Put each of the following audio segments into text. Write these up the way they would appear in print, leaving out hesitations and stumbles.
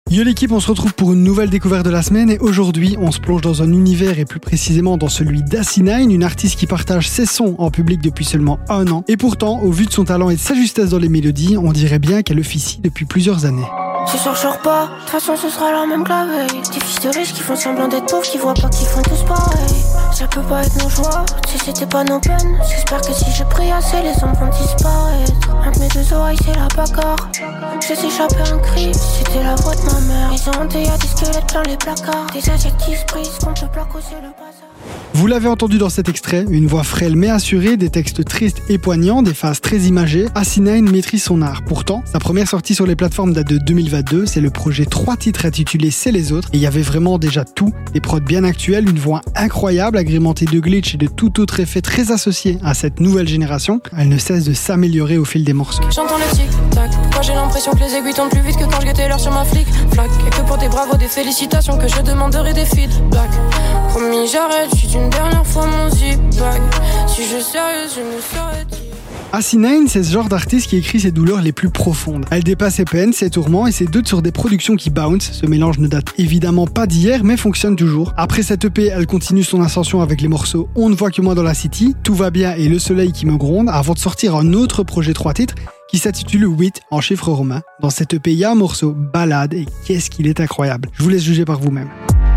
Yo l'équipe, on se retrouve pour une nouvelle découverte de la semaine et aujourd'hui on se plonge dans un univers et plus précisément dans celui d'Asinine, une artiste qui partage ses sons en public depuis seulement 1 an. Et pourtant, au vu de son talent et de sa justesse dans les mélodies, on dirait bien qu'elle officie depuis plusieurs années. Ce soir je sors pas, de toute façon ce sera la même que la veille. Des fils de riches qui font semblant d'être pauvres, qui voient pas qu'ils font tous pareil. Ça peut pas être nos joies, si c'était pas nos peines. J'espère que si je prie assez, les hommes vont disparaître. Entre mes deux oreilles c'est la bagarre. Je laisse échapper un cri, c'était la voix de ma mère. Ils ont honte, y'a des squelettes plein les placards. Des adjectifs prises contre le placo, c'est le bazar. Vous l'avez entendu dans cet extrait, une voix frêle mais assurée, des textes tristes et poignants, des phases très imagées. Asinine maîtrise son art. Pourtant, sa première sortie sur les plateformes date de 2022, c'est le projet 3 titres intitulé C'est les autres. Et il y avait vraiment déjà tout, des prods bien actuels, une voix incroyable, agrémentée de glitch et de tout autre effet très associé à cette nouvelle génération. Elle ne cesse de s'améliorer au fil des morceaux. J'entends le tic-tac, pourquoi j'ai l'impression que les aiguilles tombent plus vite que quand je guettais l'heure sur ma flic flac. Et que pour des bravos, des félicitations, que je demanderai des feedbacks. Promis j'arrête, je suis une dernière fois mon zip-bag. Si je suis sérieuse, je me serais dit. Asinine, c'est ce genre d'artiste qui écrit ses douleurs les plus profondes. Elle dépasse ses peines, ses tourments et ses doutes sur des productions qui bounce. Ce mélange ne date évidemment pas d'hier, mais fonctionne toujours. Après cette EP, elle continue son ascension avec les morceaux On ne voit que moi dans la city, Tout va bien et Le soleil qui me gronde, avant de sortir un autre projet 3 titres qui s'intitule 8 en chiffres romains. Dans cette EP, il y a un morceau Balade et qu'est-ce qu'il est incroyable. Je vous laisse juger par vous-même.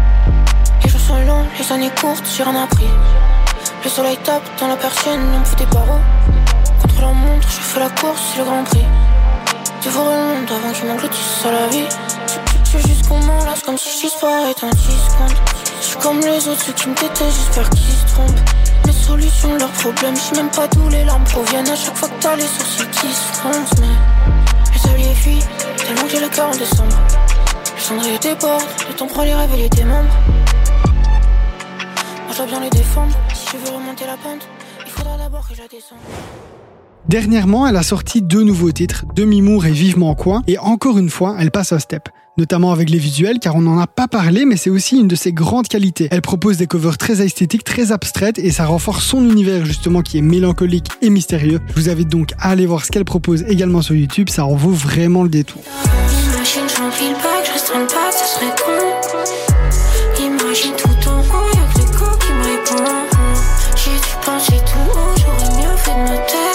Les jours sont longs, les années courtes, j'ai rien appris. Le soleil tape dans la persienne, on me fout des barreaux. Contre la montre, je fais la course, c'est le grand prix. Dévorer le monde avant qu'il m'engloutisse à la vie. Je suis juste qu'on m'enlace comme si je disparais dans 10 secondes. Je suis comme les autres, ceux qui me détestent, j'espère qu'ils se trompent. Mes solutions, leurs problèmes, je sais même pas d'où les larmes proviennent. À chaque fois que t'as les sourcils qui se froncent. Mais les alliés fuient, tellement que j'ai le cœur en décembre. Le cendrier déborde, le temps prend les rêves et les démembres. Moi je dois bien les défendre. Si je veux remonter la pente, il faudra d'abord que je la descende. Dernièrement, elle a sorti 2 nouveaux titres, Demi-Mour et Vivement Coin, et encore une fois, elle passe un step. Notamment avec les visuels, car on n'en a pas parlé, mais c'est aussi une de ses grandes qualités. Elle propose des covers très esthétiques, très abstraites, et ça renforce son univers justement qui est mélancolique et mystérieux. Je vous invite donc à aller voir ce qu'elle propose également sur YouTube, ça en vaut vraiment le détour. Imagine, je remplis le bac, je resterai pas, ce serait con. Imagine tout en haut, y'a que l'écho qui me répond. J'ai dû penser tout haut, j'aurais mieux fait de me taire.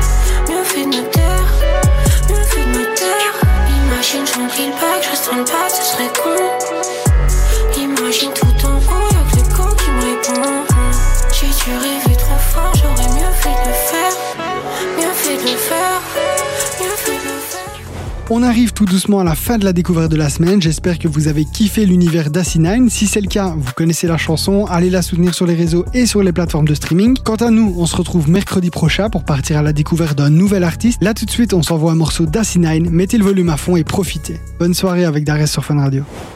Imagine, je remplis le bac, je resterai pas, ce serait con. Imagine tout en haut, y'a que l'écho qui me répond. J'ai dû rêver trop fort, j'aurais mieux fait de le faire. Mieux fait de le faire, mieux fait de le faire. On arrive tout doucement à la fin de la découverte de la semaine, j'espère que vous avez kiffé l'univers d'Asinine. Si c'est le cas, vous connaissez la chanson, allez la soutenir sur les réseaux et sur les plateformes de streaming. Quant à nous, on se retrouve mercredi prochain pour partir à la découverte d'un nouvel artiste. Là tout de suite, on s'envoie un morceau d'Asinine, mettez le volume à fond et profitez. Bonne soirée avec Darès sur Fun Radio.